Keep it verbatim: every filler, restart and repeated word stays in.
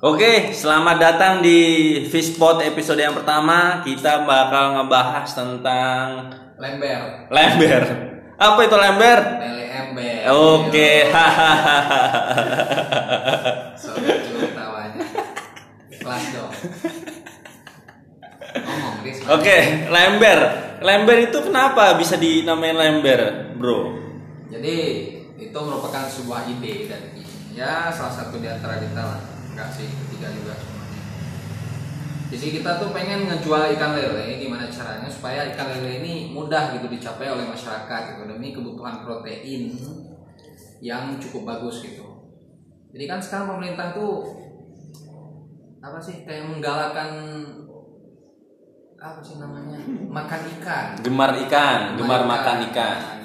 Oke, selamat datang di Fishpot episode yang pertama. Kita bakal ngebahas tentang lember. Lember. Apa itu lember? Lele ember. Oke, hahaha. Soalnya dulu tawanya. Kelas dong. Ngomong Riz. Oke, lember. Lember itu kenapa bisa dinamain lember, bro? Jadi itu merupakan sebuah ide dari ya salah satu di antara kita lah. Enggak sih, ketiga juga semuanya. Jadi kita tuh pengen ngejual ikan lele, gimana caranya supaya ikan lele ini mudah gitu dicapai oleh masyarakat gitu demi kebutuhan protein yang cukup bagus gitu. Jadi kan sekarang pemerintah tuh apa sih kayak menggalakkan apa sih namanya makan ikan, Gemar ikan, gemar ikan. makan ikan. Nah,